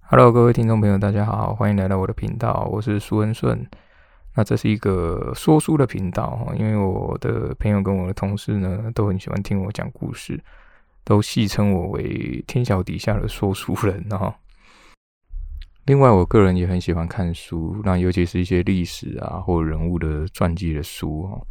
Hello，各位听众朋友，大家好，欢迎来到我的频道，我是苏恩顺。那这是一个说书的频道，因为我的朋友跟我的同事呢，都很喜欢听我讲故事，都戏称我为天桥底下的说书人哈。另外，我个人也很喜欢看书，那尤其是一些历史啊或人物的传记的书哈。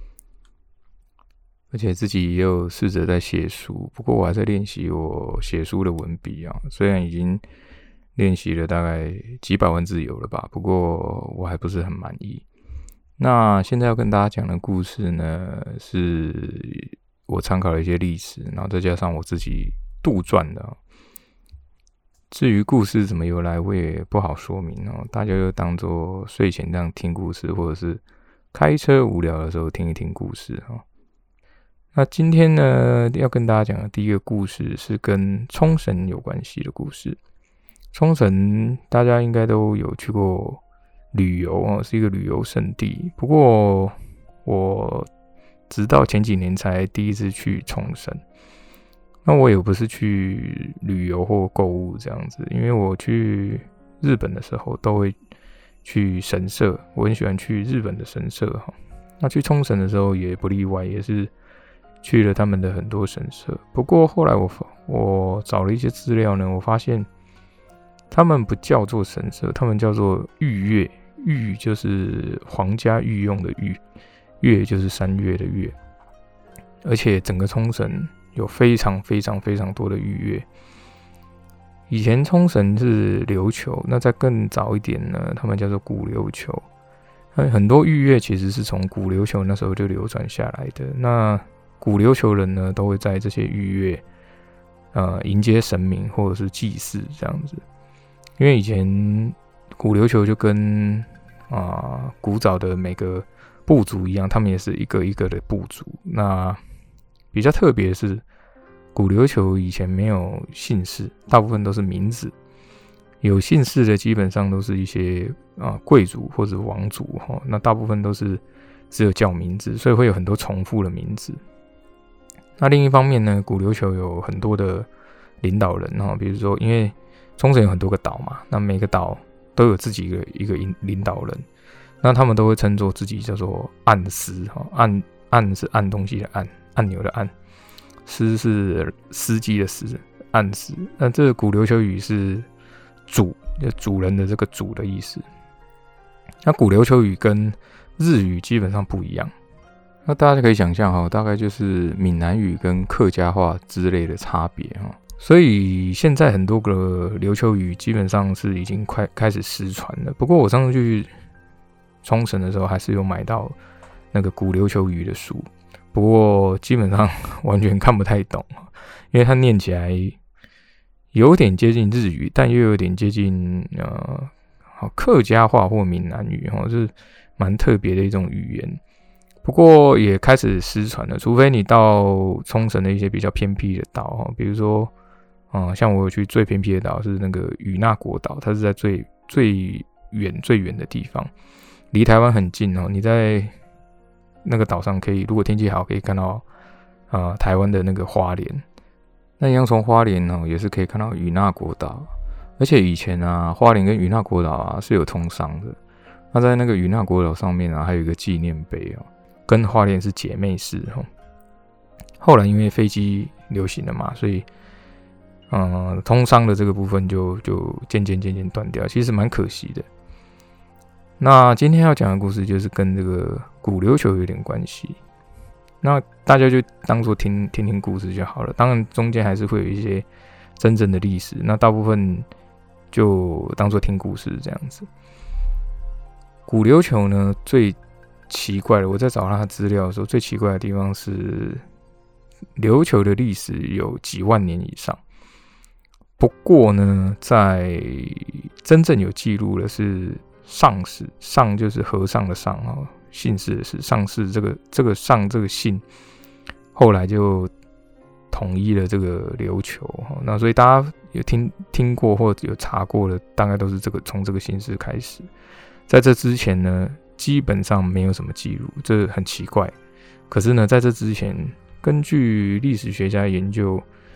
而且自己也有试着在写书，不过我还在练习我写书的文笔啊，虽然已经练习了大概几百万字有了吧，不过我还不是很满意。那现在要跟大家讲的故事呢，是我参考了一些历史，然后再加上我自己杜撰的。至于故事怎么由来，我也不好说明哦，大家就当做睡前这样听故事，或者是开车无聊的时候听一听故事哦。那今天呢，要跟大家讲的第一个故事是跟冲绳有关系的故事。冲绳大家应该都有去过旅游哦，是一个旅游胜地。不过我直到前几年才第一次去冲绳。那我也不是去旅游或购物这样子，因为我去日本的时候都会去神社，我很喜欢去日本的神社哈。那去冲绳的时候也不例外，也是去了他们的很多神社。不过后来我找了一些资料呢，我发现他们不叫做神社，他们叫做御乐。御就是皇家御用的御，乐就是三月的乐。而且整个冲绳有非常非常非常多的御乐。以前冲绳是琉球，那再更早一点呢，他们叫做古琉球。很多御乐其实是从古琉球那时候就流传下来的。那古琉球人呢，都会在这些御乐迎接神明或者是祭祀这样子。因为以前古琉球就跟古早的每个部族一样，他们也是一个一个的部族。那比较特别的是，古琉球以前没有姓氏，大部分都是名字。有姓氏的基本上都是一些贵族或者王族哈，那大部分都是只有叫名字，所以会有很多重复的名字。那另一方面呢，古琉球有很多的领导人哈，比如说因为冲绳有很多个岛嘛，那每个岛都有自己一个领导人，那他们都会称作自己叫做按司哈，按是按东西的按，按钮的按，司是司机的司，按司。那这个古琉球语是主人的这个主的意思。那古琉球语跟日语基本上不一样，那大家可以想象哈，大概就是闽南语跟客家话之类的差别哈。所以现在很多个琉球语基本上是已经快开始失传了。不过我上次去冲绳的时候，还是有买到那个古琉球语的书，不过基本上完全看不太懂，因为它念起来有点接近日语，但又有点接近客家话或闽南语哈，就是蛮特别的一种语言。不过也开始失传了，除非你到冲绳的一些比较偏僻的岛，比如说像我有去最偏僻的岛是那个与那国岛，它是在最远的地方，离台湾很近哦。你在那个岛上可以，如果天气好，可以看到台湾的那个花莲。那一样从花莲也是可以看到与那国岛，而且以前花莲跟与那国岛是有通商的。那在那个与那国岛上面还有一个纪念碑跟花莲是姐妹市后来因为飞机流行了嘛，所以通商的这个部分就渐渐断掉，其实蛮可惜的。那今天要讲的故事就是跟这个古琉球有点关系，那大家就当作听故事就好了。当然中间还是会有一些真正的历史，那大部分就当作听故事这样子。古琉球呢，最奇怪的，我在找他的资料的时候，最奇怪的地方是琉球的历史有几万年以上。不过呢，在真正有记录的是上氏，上就是和尚的上姓氏的氏，上氏这个上这个姓，后来就统一了这个琉球。那所以大家有听过或者有查过的，大概都是从这个姓氏开始。在这之前呢，基本上没有什么记录，这很奇怪。可是呢，在这之前，根据历史学家研究，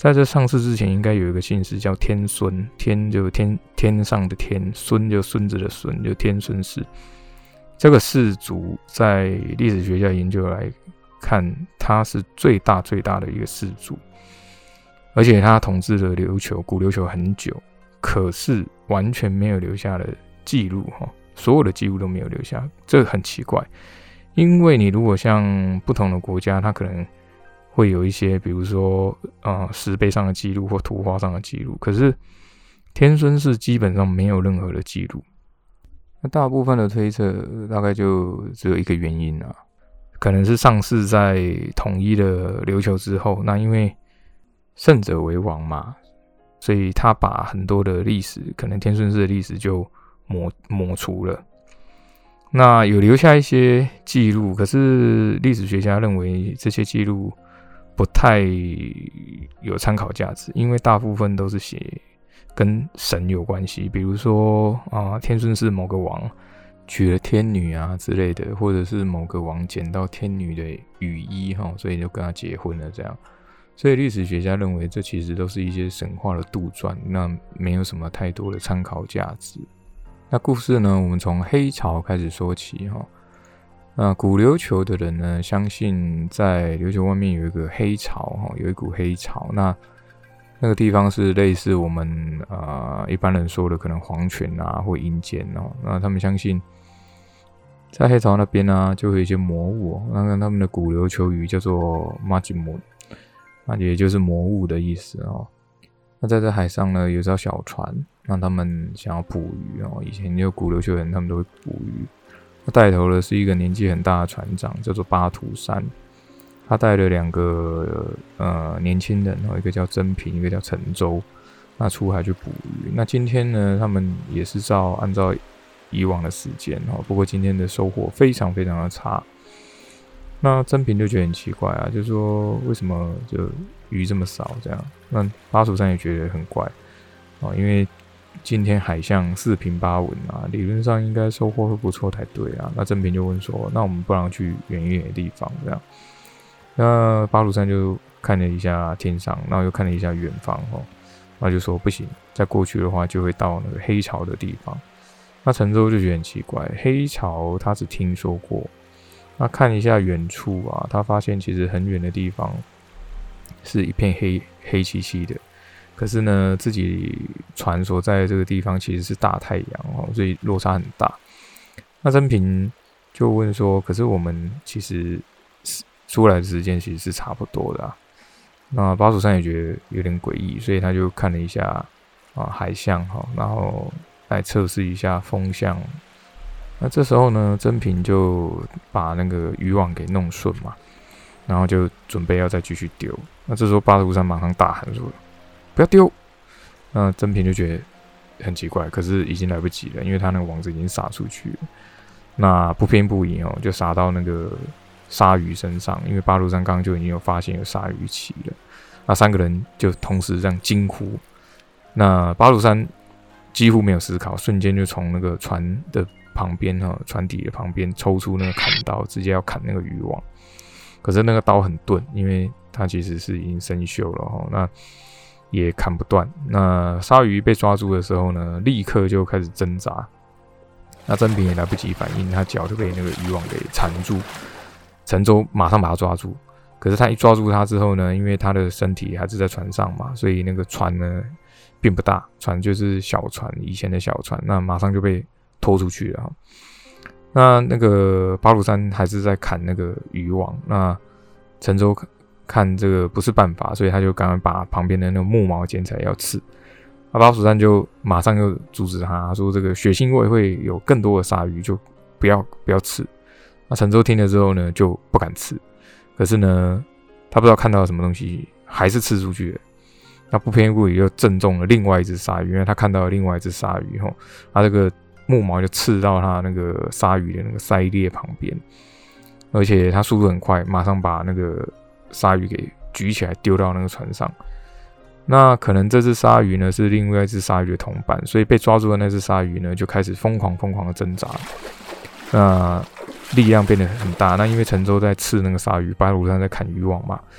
在这上市之前，应该有一个姓氏叫天孙，天就天上的天，孙就孙子的孙，就天孙氏。这个氏族在历史学家研究来看，它是最大的一个氏族，而且它统治了古琉球很久，可是完全没有留下了记录，所有的记录都没有留下，这个很奇怪。因为你如果像不同的国家，它可能会有一些，比如说石碑上的记录或图画上的记录，可是天孙氏基本上没有任何的记录。那大部分的推测大概就只有一个原因啊，可能是上市在统一了琉球之后，那因为胜者为王嘛，所以他把很多的历史，可能天孙氏的历史就抹除了。那有留下一些记录，可是历史学家认为这些记录不太有参考价值，因为大部分都是写跟神有关系，比如说天孙氏某个王娶了天女啊之类的，或者是某个王捡到天女的羽衣所以就跟他结婚了这样。所以历史学家认为这其实都是一些神话的杜撰，那没有什么太多的参考价值。那故事呢，我们从黑潮开始说起那古琉球的人呢，相信在琉球外面有一个黑潮有一股黑潮，那个地方是类似我们一般人说的可能黄泉啊或阴间那他们相信在黑潮那边呢就会有一些魔物那他们的古琉球语叫做马吉姆，那也就是魔物的意思那在这海上呢有一艘小船，让他们想要捕鱼以前有古琉球人他们都会捕鱼，那带头的是一个年纪很大的船长，叫做巴图山。他带了2个年轻人一个叫真平，一个叫陈州，那出海去捕鱼。那今天呢，他们也是按照以往的时间不过今天的收获非常非常的差。那真平就觉得很奇怪啊，就说为什么就鱼这么少这样？那巴图山也觉得很怪因为今天海象4平8稳理论上应该收获会不错才对啊。那真平就问说，那我们不然去远一点的地方这样？那巴图山就看了一下天上，然后又看了一下远方然后就说不行，再过去的话就会到那个黑潮的地方。那陈州就觉得很奇怪，黑潮他只听说过，那看一下远处他发现其实很远的地方是一片黑漆漆的，可是呢自己船所在的这个地方其实是大太阳所以落差很大。那真平就问说，可是我们其实出来的时间其实是差不多的那巴图山也觉得有点诡异，所以他就看了一下海象然后来测试一下风向。那这时候呢，真平就把那个渔网给弄顺嘛，然后就准备要再继续丢。那这时候巴图山马上大喊说：“不要丢！”那真平就觉得很奇怪，可是已经来不及了，因为他那个网子已经撒出去了。那不偏不倚就撒到那个鲨鱼身上，因为巴图山刚刚就已经有发现有鲨鱼鳍了。那3个人就同时这样惊呼。那巴图山几乎没有思考，瞬间就从那个船的旁边船底的旁边抽出那个砍刀，直接要砍那个渔网。可是那个刀很钝，因为它其实是已经生锈了那也砍不断。那鲨鱼被抓住的时候呢，立刻就开始挣扎。那真平也来不及反应，他脚就被那个渔网给缠住。陈州马上把他抓住，可是他一抓住他之后呢，因为他的身体还是在船上嘛，所以那个船呢并不大，船就是小船，以前的小船，那马上就被拖出去了那个巴图山还是在砍那个渔网，那陈州看这个不是办法，所以他就赶快把旁边的那个木矛捡起来要刺。巴图山就马上又阻止他，说这个血腥味会有更多的鲨鱼，就不要刺。那陈州听了之后呢，就不敢刺，可是呢，他不知道看到什么东西，还是刺出去了。那不偏不倚又正中了另外一只鲨鱼，因为他看到了另外一只鲨鱼他这个木矛就刺到他那个鲨鱼的那个鳃裂旁边，而且他速度很快，马上把那个鲨鱼给举起来丢到那个船上。那可能这只鲨鱼呢是另外一只鲨鱼的同伴，所以被抓住的那只鲨鱼呢就开始疯狂的挣扎。那力量变得很大，那因为陈州在刺那个鲨鱼，巴图山在砍渔网嘛，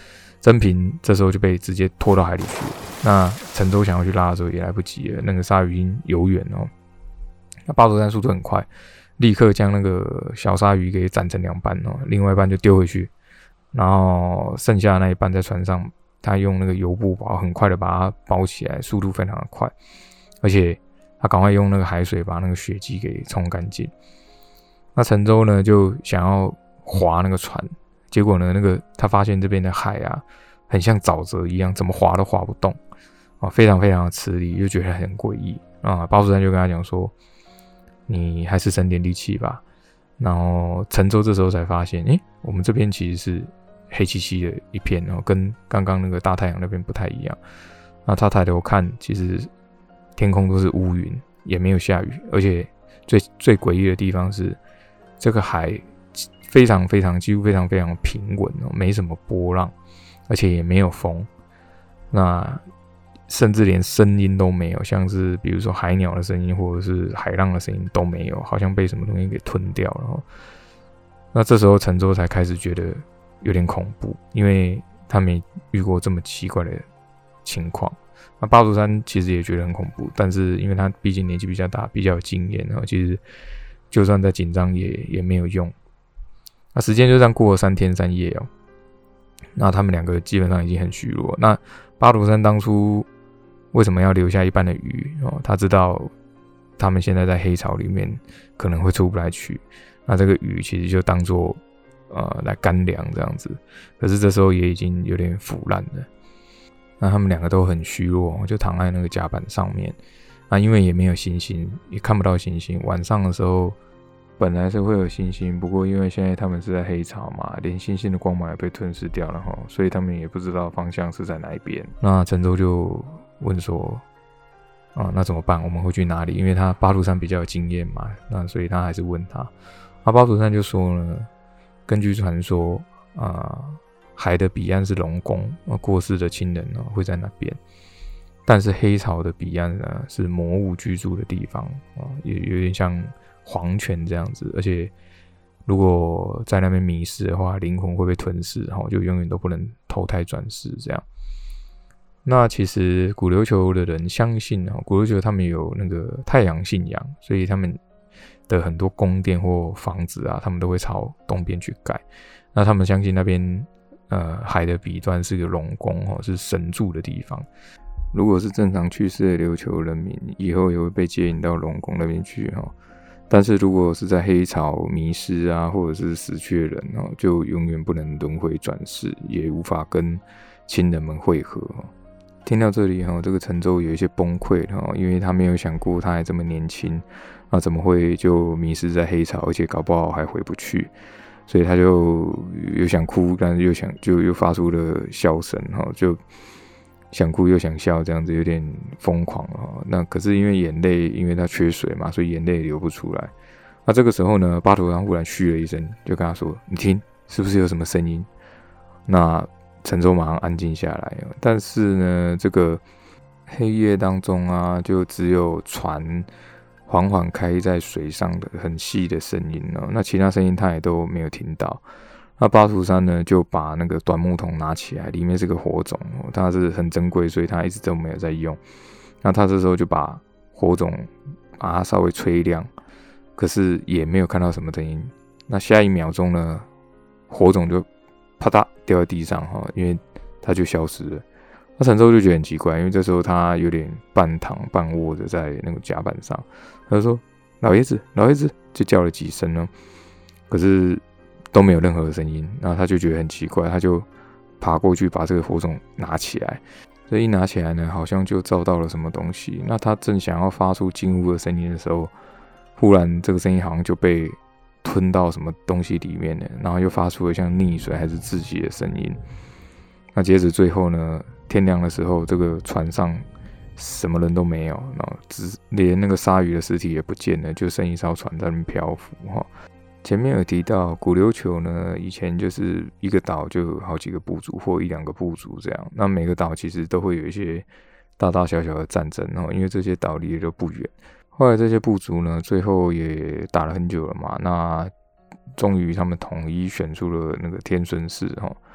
真平这时候就被直接拖到海里去了。那陈舟想要去拉的时候也来不及了，那个鲨鱼已经游远哦。那巴图山速度很快，立刻将那个小鲨鱼给斩成2半哦，另外一半就丢回去，然后剩下的那一半在船上，他用那个油布包很快的把它包起来，速度非常的快，而且他赶快用那个海水把那个血迹给冲干净。那陈舟呢就想要划那个船，结果呢他发现这边的海啊很像沼泽一样，怎么划都划不动啊，非常非常的吃力，就觉得很诡异啊。巴图山就跟他讲说，你还是省点力气吧。然后陈舟这时候才发现，我们这边其实是黑漆漆的一片，然后跟刚刚那个大太阳那边不太一样。那他抬头看，其实天空都是乌云，也没有下雨，而且最诡异的地方是，这个海非常非常几乎非常非常平稳，没什么波浪，而且也没有风。那甚至连声音都没有，像是比如说海鸟的声音或者是海浪的声音都没有，好像被什么东西给吞掉了。那这时候陈舟才开始觉得有点恐怖，因为他没遇过这么奇怪的情况。那巴图山其实也觉得很恐怖，但是因为他毕竟年纪比较大，比较有经验，其实就算再紧张也没有用。那时间就这样过了3天3夜哦。那他们两个基本上已经很虚弱。那巴图山当初为什么要留下一半的鱼他知道他们现在在黑潮里面可能会出不来去，那这个鱼其实就当作来干粮这样子。可是这时候也已经有点腐烂了。那他们两个都很虚弱，就躺在那个甲板上面。那因为也没有星星，也看不到星星。晚上的时候本来是会有星星，不过因为现在他们是在黑潮嘛，连星星的光芒也被吞噬掉了所以他们也不知道方向是在哪一边。那陈舟就问说那怎么办？我们会去哪里？因为他巴图山比较有经验嘛，那所以他还是问他。巴图山就说呢，根据传说海的彼岸是龙宫，过世的亲人会在那边。但是黑潮的彼岸呢是魔物居住的地方也有点像黄泉这样子，而且如果在那边迷失的话，灵魂会被吞噬，就永远都不能投胎转世这样。那其实古琉球的人相信古琉球他们有那个太阳信仰，所以他们的很多宫殿或房子他们都会朝东边去盖。那他们相信那边海的彼端是个龙宫是神住的地方。如果是正常去世的琉球人民，以后也会被接引到龙宫那边去但是如果是在黑潮迷失或者是死去的人就永远不能轮回转世，也无法跟亲人们会合听到这里这个陈舟有一些崩溃因为他没有想过他还这么年轻，那怎么会就迷失在黑潮，而且搞不好还回不去，所以他就又想哭，但是又发出了笑声就想哭又想笑，这样子有点疯狂那可是因为眼泪，因为他缺水嘛，所以眼泪流不出来。那这个时候呢，巴图山忽然嘘了一声，就跟他说：“你听，是不是有什么声音？”那陈舟马上安静下来，但是呢，这个黑夜当中就只有船缓缓开在水上的很细的声音那其他声音他也都没有听到。那巴图山呢，就把那个短木桶拿起来，里面是个火种它是很珍贵，所以他一直都没有在用。那他这时候就把火种把它稍微吹亮，可是也没有看到什么声音。那下一秒钟呢，火种就啪嗒掉在地上因为它就消失了。那陈舟就觉得很奇怪，因为这时候他有点半躺半卧着在那个甲板上，他就说：“老爷子，老爷子！”就叫了几声呢，可是都没有任何的声音。那他就觉得很奇怪，他就爬过去把这个火种拿起来。这一拿起来呢，好像就照到了什么东西。那他正想要发出惊呼的声音的时候，忽然这个声音好像就被吞到什么东西里面了，然后又发出了像溺水还是窒息的声音。那接着最后呢，天亮的时候，这个船上什么人都没有，然后连那个鲨鱼的尸体也不见了，就剩一艘船在那边漂浮前面有提到古琉球呢，以前就是一个岛就有好几个部族或1-2个部族这样。那每个岛其实都会有一些大大小小的战争因为这些岛离都不远。后来这些部族呢，最后也打了很久了嘛，那终于他们统一选出了那个天孙氏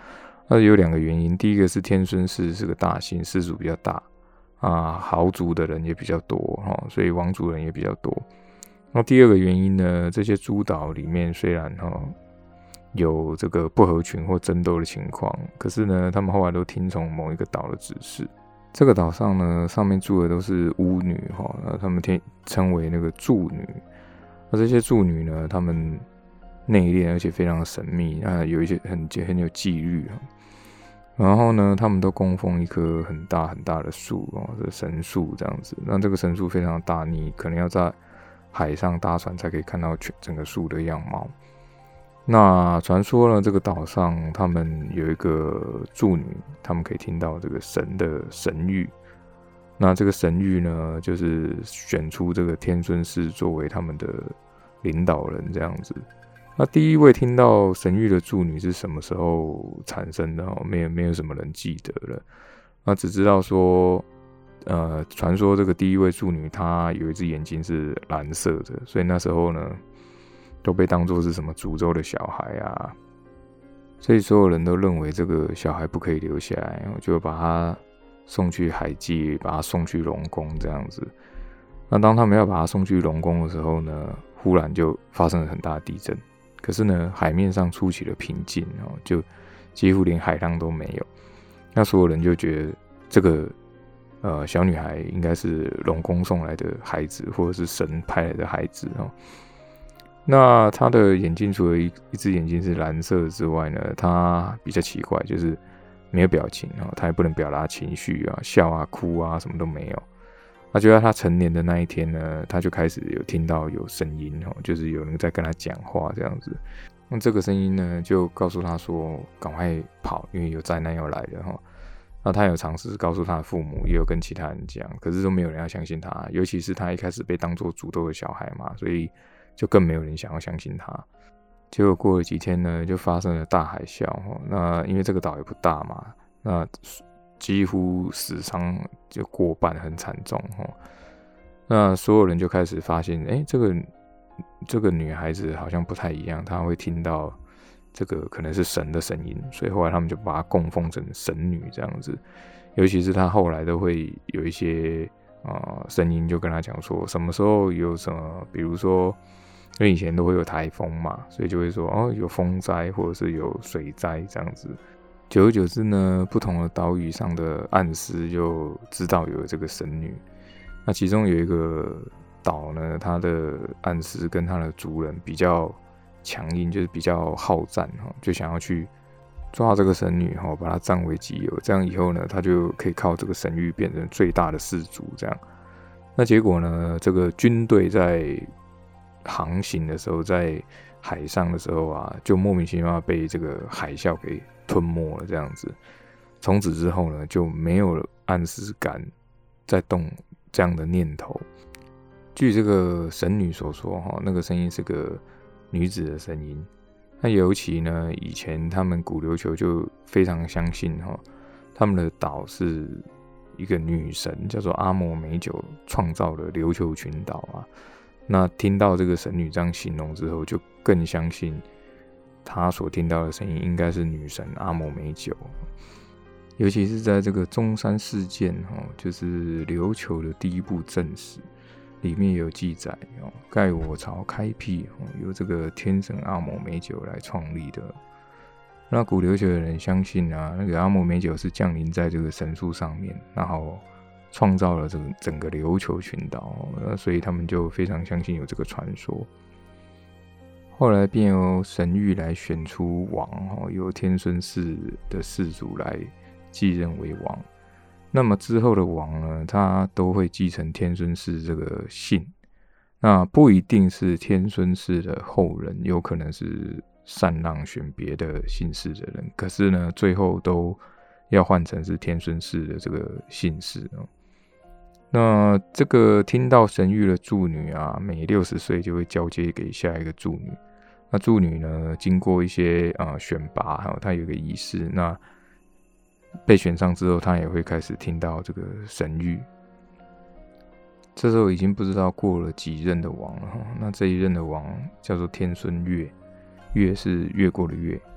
那有2个原因，第一个是天孙氏是个大姓，氏族比较大啊，豪族的人也比较多所以王族人也比较多。那第2个原因呢，这些诸岛里面虽然有这个不合群或争斗的情况，可是呢，他们后来都听从某一个岛的指示。这个岛上呢，上面住的都是巫女那他们称为那个祝女。那这些祝女呢，他们内敛而且非常的神秘，那有一些很有纪律然后呢，他们都供奉一棵很大很大的树这神树这样子。那这个神树非常大，你可能要在海上搭船才可以看到整个树的样貌。那传说呢，这个岛上他们有一个祝女，他们可以听到这个神的神谕。那这个神谕呢，就是选出这个天孙氏作为他们的领导人这样子。那第一位听到神谕的祝女是什么时候产生的没有什么人记得了。那只知道说传说这个第一位祝女她有一只眼睛是蓝色的，所以那时候呢都被当作是什么诅咒的小孩啊，所以所有人都认为这个小孩不可以留下来，就把他送去海祭，把他送去龙宫这样子。那当他们要把他送去龙宫的时候呢，忽然就发生了很大的地震。可是呢，海面上出起了平静就几乎连海浪都没有。那所有人就觉得这个小女孩应该是龙宫送来的孩子，或者是神派来的孩子那她的眼睛除了一只眼睛是蓝色之外呢，她比较奇怪，就是没有表情她也不能表达情绪笑啊、哭啊，什么都没有。那就在他成年的那一天呢，他就开始有听到有声音就是有人在跟他讲话这样子。那这个声音呢，就告诉他说赶快跑，因为有灾难要来了那他有尝试告诉他的父母，也有跟其他人讲，可是都没有人要相信他。尤其是他一开始被当作诅咒的小孩嘛，所以就更没有人想要相信他。结果过了几天呢，就发生了大海啸那因为这个岛也不大嘛，那几乎死伤就过半，很惨重那所有人就开始发现，这个女孩子好像不太一样，她会听到这个可能是神的声音，所以后来他们就把她供奉成神女这样子。尤其是她后来都会有一些声音就跟她讲说，什么时候有什么，比如说因为以前都会有台风嘛，所以就会说有风灾或者是有水灾这样子。久而久之呢，不同的岛屿上的暗司就知道有这个神女。那其中有一个岛呢，它的暗司跟它的族人比较强硬，就是比较好战就想要去抓这个神女把她占为己有，这样以后呢，他就可以靠这个神谕变成最大的氏族这样。那结果呢，这个军队在航行的时候，在海上的时候就莫名其妙被这个海啸给吞没了这样子。从此之后呢，就没有暗司敢再动这样的念头。据这个神女所说那个声音是个女子的声音。那尤其呢，以前他们古琉球就非常相信他们的岛是一个女神叫做阿摩美酒创造的琉球群岛那听到这个神女这样形容之后，就更相信他所听到的声音应该是女神阿摩美酒。尤其是在这个中山事件就是琉球的第一部正史里面有记载盖我朝开辟由这个天神阿摩美酒来创立的。那古琉球的人相信那个阿摩美酒是降临在这个神树上面，然后创造了这个整个琉球群岛所以他们就非常相信有这个传说。后来便由神谕来选出王由天孙氏的氏族来继任为王。那么之后的王呢，他都会继承天孙氏这个姓，那不一定是天孙氏的后人，有可能是禅让选别的姓氏的人，可是呢，最后都要换成是天孙氏的这个姓氏那这个听到神谕的祝女每60岁就会交接给下一个祝女。那祝女呢，经过一些选拔，她有一个仪式，那被选上之后，她也会开始听到这个神谕。这时候已经不知道过了几任的王了那这一任的王叫做天孙越，越是越过的越。那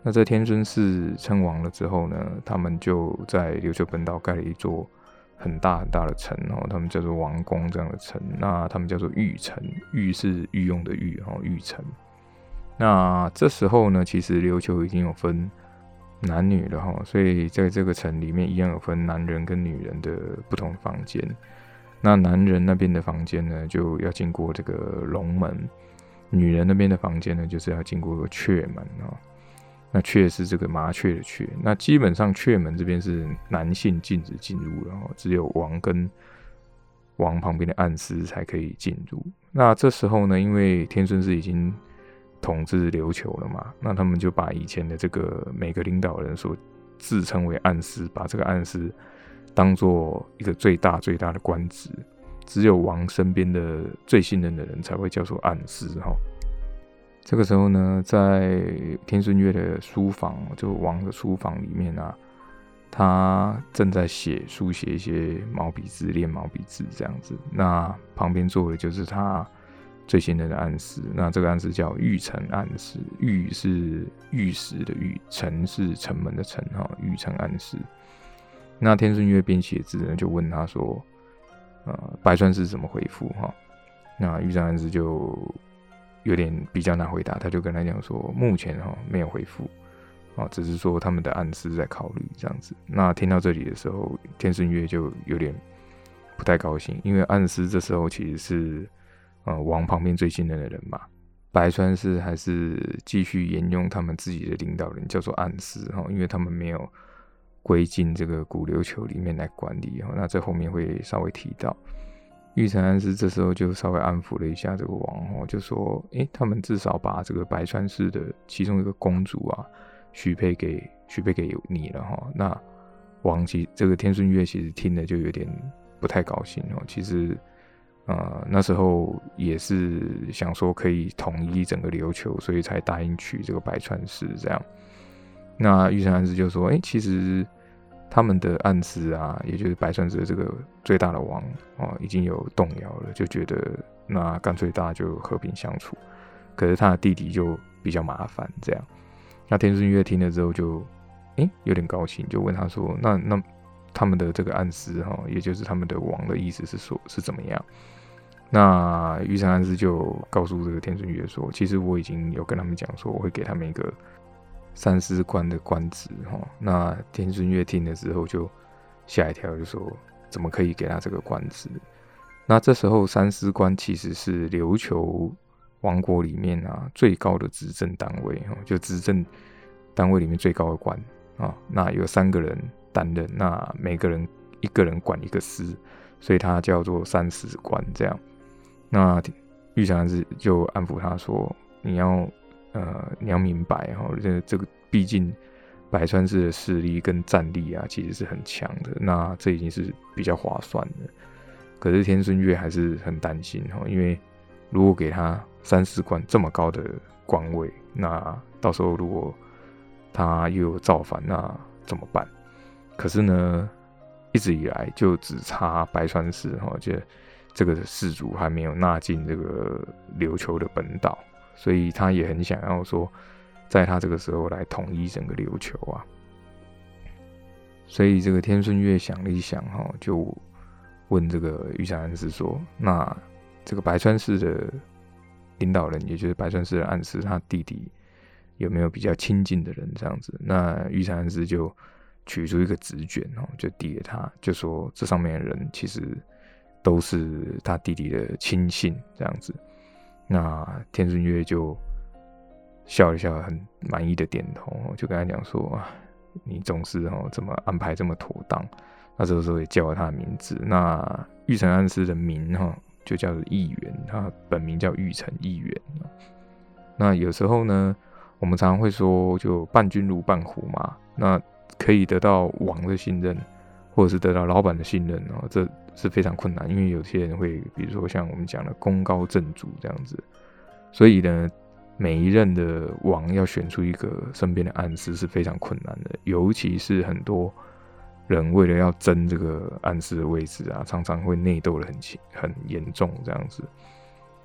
那在天孙氏称王了之后呢，他们就在琉球本岛盖了一座很大很大的城，他们叫做王宫这样的城，那他们叫做御城，御是御用的御，御城。那这时候呢，其实琉球已经有分男女了，所以在这个城里面一样有分男人跟女人的不同房间。那男人那边的房间呢，就要经过这个龙门；女人那边的房间呢，就是要经过雀门。那雀是这个麻雀的雀。那基本上雀门这边是男性禁止进入，然后只有王跟王旁边的暗司才可以进入。那这时候呢，因为天孙氏已经统治琉球了嘛，那他们就把以前的这个每个领导人所自称为暗司，把这个暗司当做一个最大最大的官职，只有王身边的最信任的人才会叫做暗司。这个时候呢，在天孙岳的书房，就王的书房里面啊，他正在书写一些毛笔字，练毛笔字这样子。那旁边坐的就是他最信任的暗司，那这个暗司叫御城暗司，御是御史的御，城是城门的城，御城暗司。那天孙岳边写字呢，就问他说，白川氏怎么回复？那御城暗司就有点比较难回答，他就跟他讲说，目前没有回复，只是说他们的暗司在考虑这样子。那听到这里的时候，天孙岳就有点不太高兴，因为暗司这时候其实是王旁边最信任的人嘛。白川氏还是继续沿用他们自己的领导人叫做暗司，因为他们没有归进这个古琉球里面来管理，那这后面会稍微提到。御城暗司这时候就稍微安抚了一下这个王，就说他们至少把这个白川氏的其中一个公主啊许配给你了。那王这个天孙岳其实听了就有点不太高兴，其实那时候也是想说可以统一整个琉球，所以才答应娶这个白川氏这样。那御城暗司就说其实他们的暗司啊，也就是白川氏的这个最大的王已经有动摇了，就觉得那干脆大家就和平相处。可是他的弟弟就比较麻烦这样。那天孙岳听了之后就有点高兴，就问他说，那他们的这个暗司也就是他们的王的意思是怎么样？那御城暗司就告诉这个天孙岳说，其实我已经有跟他们讲说，我会给他们一个三司官的官职。那天孙岳听了之后就吓一跳，就说怎么可以给他这个官职？那这时候三司官其实是琉球王国里面最高的执政单位，就执政单位里面最高的官那有3个人担任，那每个人一个人管一个司，所以他叫做三司官这样。那御城暗司就安抚他说，你要明白这个毕竟白川氏的势力跟战力其实是很强的，那这已经是比较划算的。可是天孙岳还是很担心，因为如果给他三司官这么高的官位，那到时候如果他又有造反，那怎么办？可是呢，一直以来就只差白川氏就这个氏族还没有纳进这个琉球的本岛，所以他也很想要说，在他这个时候来统一整个琉球啊。所以这个天孙岳想了一想就问这个御城暗司说，那这个白川氏的领导人，也就是白川氏的暗司，他弟弟有没有比较亲近的人这样子？那御城暗司就取出一个纸卷就递给他，就说这上面的人其实都是他弟弟的亲信这样子。那天孙岳就笑了笑，很满意的点头，就跟他讲说，你总是怎么安排这么妥当。那这个时候也叫了他的名字。那御城暗司的名就叫做义元，他本名叫御城义元。那有时候呢，我们常常会说，就伴君如伴虎嘛。那可以得到王的信任，或者是得到老板的信任这是非常困难，因为有些人会，比如说像我们讲的功高震主这样子。所以呢，每一任的王要选出一个身边的暗司是非常困难的，尤其是很多人为了要争这个暗司的位置常常会内斗的很严重这样子。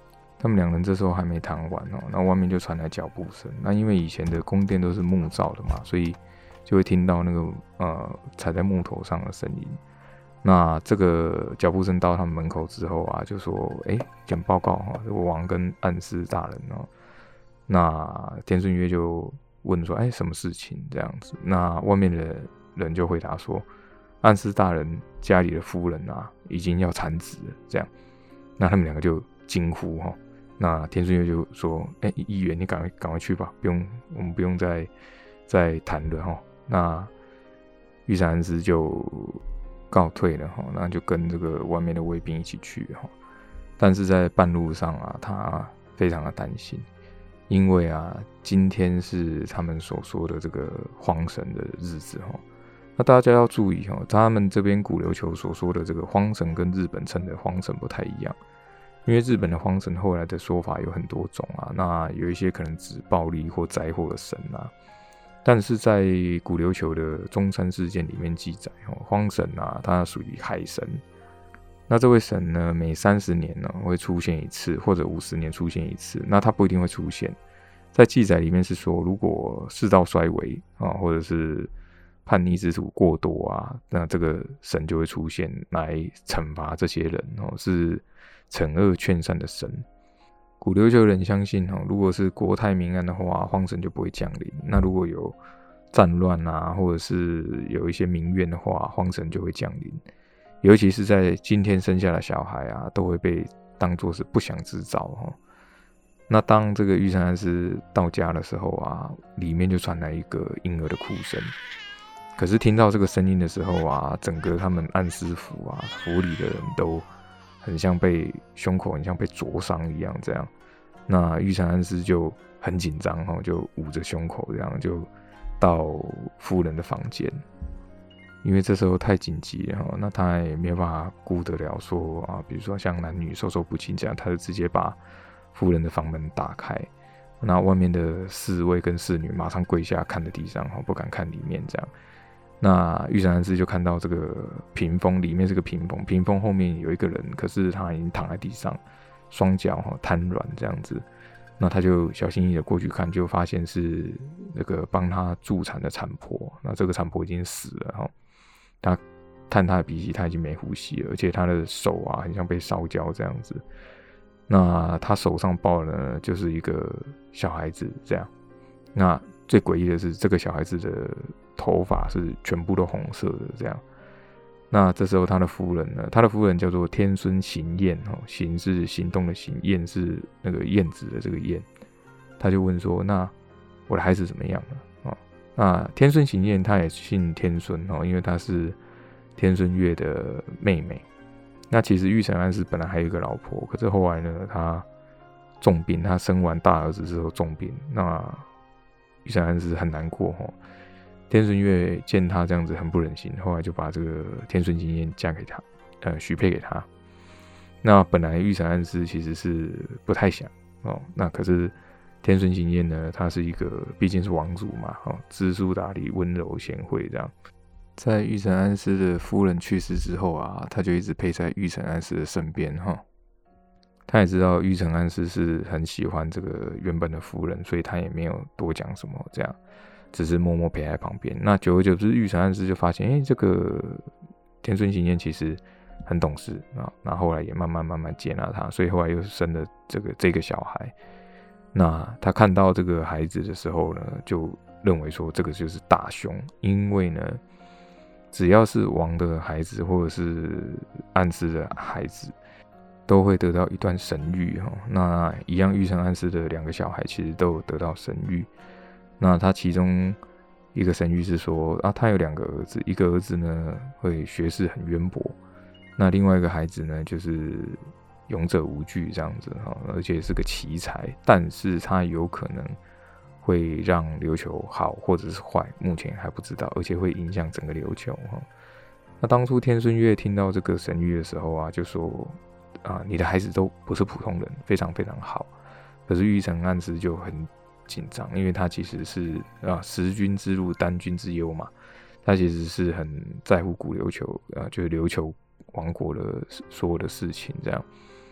他们两人这时候还没谈完那外面就传来脚步声。那因为以前的宫殿都是木造的嘛，所以就会听到那个踩在木头上的声音。那这个脚步声到他们门口之后啊，就说讲报告王跟暗司大人那天顺月就问说什么事情这样子。那外面的人就回答说，暗司大人家里的夫人啊已经要产子了这样。那他们两个就惊呼那天顺月就说议员你赶快去吧，我们不用再谈了那玉山安师就告退了那就跟这个外面的卫兵一起去但是在半路上啊，他非常的担心，因为啊今天是他们所说的这个荒神的日子那大家要注意他们这边古琉球所说的这个荒神跟日本称的荒神不太一样。因为日本的荒神后来的说法有很多种那有一些可能指暴力或灾祸的神但是在古琉球的中山事件里面记载荒神它属于海神。那这位神呢，每30年呢会出现一次，或者50年出现一次。那他不一定会出现，在记载里面是说，如果世道衰微或者是叛逆之徒过多那这个神就会出现来惩罚这些人是惩恶劝善的神。古琉球人相信如果是国泰民安的话，荒神就不会降临。那如果有战乱或者是有一些民怨的话，荒神就会降临。尤其是在今天生下的小孩都会被当作是不祥之兆那当这个玉山安师到家的时候里面就传来一个婴儿的哭声。可是听到这个声音的时候整个他们安师府府里的人都很像被胸口很像被灼伤一样这样。那玉山安师就很紧张就捂着胸口这样就到夫人的房间。因为这时候太紧急了那他也没有办法顾得了说比如说像男女授受不亲这样，他就直接把夫人的房门打开。那外面的侍卫跟侍女马上跪下看着地上不敢看里面这样。那玉山安师就看到这个屏风里面是个屏风，屏风后面有一个人，可是他已经躺在地上，双脚瘫软这样子。那他就小心翼翼的过去看，就发现是那个帮他助产的产婆。那这个产婆已经死了他探他的鼻息，他已经没呼吸了，而且他的手很像被烧焦这样子。那他手上抱的呢，就是一个小孩子这样。那最诡异的是，这个小孩子的头发是全部都红色的这样。那这时候他的夫人呢，他的夫人叫做天孙行燕行是行动的行，燕是那个燕子的这个燕。他就问说，那我的孩子怎么样了那天孙行燕他也姓天孙因为他是天孙月的妹妹。那其实玉成安师本来还有一个老婆，可是后来呢他重病，他生完大儿子之后重病。那玉成安师很难过天孙月见他这样子很不忍心，后来就把这个天孙行燕嫁给他许配给他。那本来玉成安师其实是不太想那可是天孙行燕呢，他是一个毕竟是王族嘛知书达理温柔贤惠这样。在玉成安师的夫人去世之后他就一直陪在玉成安师的身边他也知道玉成安师是很喜欢这个原本的夫人，所以他也没有多讲什么这样，只是默默陪在旁边。那久而久之，玉成安师就发现这个天孙行燕其实很懂事那后来也慢慢接纳他，所以后来又生了这个小孩。那他看到这个孩子的时候呢，就认为说这个就是大凶，因为呢只要是王的孩子或者是安师的孩子都会得到一段神谕那一样玉成安师的2个小孩其实都有得到神谕。那他其中一个神谕是说他有2个儿子，一个儿子呢会学识很渊博，那另外一个孩子呢就是勇者无惧这样子而且是个奇才，但是他有可能会让琉球好或者是坏，目前还不知道，而且会影响整个琉球那当初天孙月听到这个神谕的时候就说你的孩子都不是普通人，非常非常好。可是玉成安师就很紧张，因为他其实是食君之禄担君之忧嘛，他其实是很在乎古琉球就是琉球王国的所有的事情这样。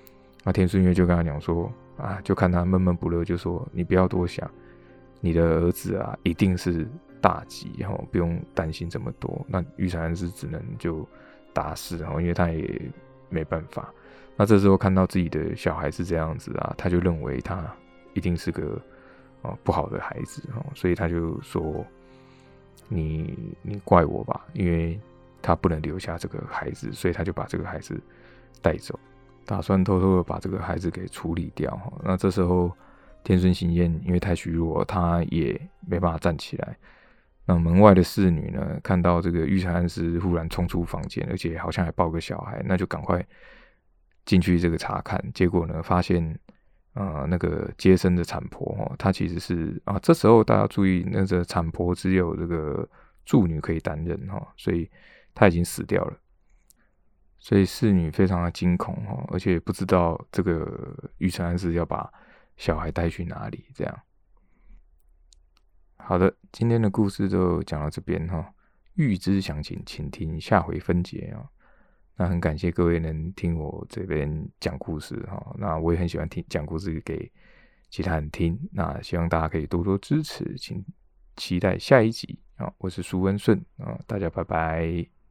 那田顺月就跟他讲说啊，就看他闷闷不乐，就说你不要多想，你的儿子啊一定是大吉，然后不用担心这么多。那玉产安师只能就打死，然后因为他也没办法。那这时候看到自己的小孩是这样子啊，他就认为他一定是个不好的孩子，所以他就说你怪我吧，因为他不能留下这个孩子，所以他就把这个孩子带走，打算偷偷的把这个孩子给处理掉。那这时候天孙行彦因为太虚弱，他也没办法站起来。那门外的侍女呢，看到这个玉产安师忽然冲出房间，而且好像还抱个小孩，那就赶快进去这个查看。结果呢，发现那个接生的产婆她其实是这时候大家注意，那个产婆只有这个助女可以担任所以她已经死掉了。所以侍女非常的惊恐而且不知道这个玉成安师要把小孩带去哪里。这样，好的，今天的故事就讲到这边欲知详情，请听下回分解那很感谢各位能听我这边讲故事那我也很喜欢讲故事给其他人听。那希望大家可以多多支持，请期待下一集我是苏恩顺大家拜拜。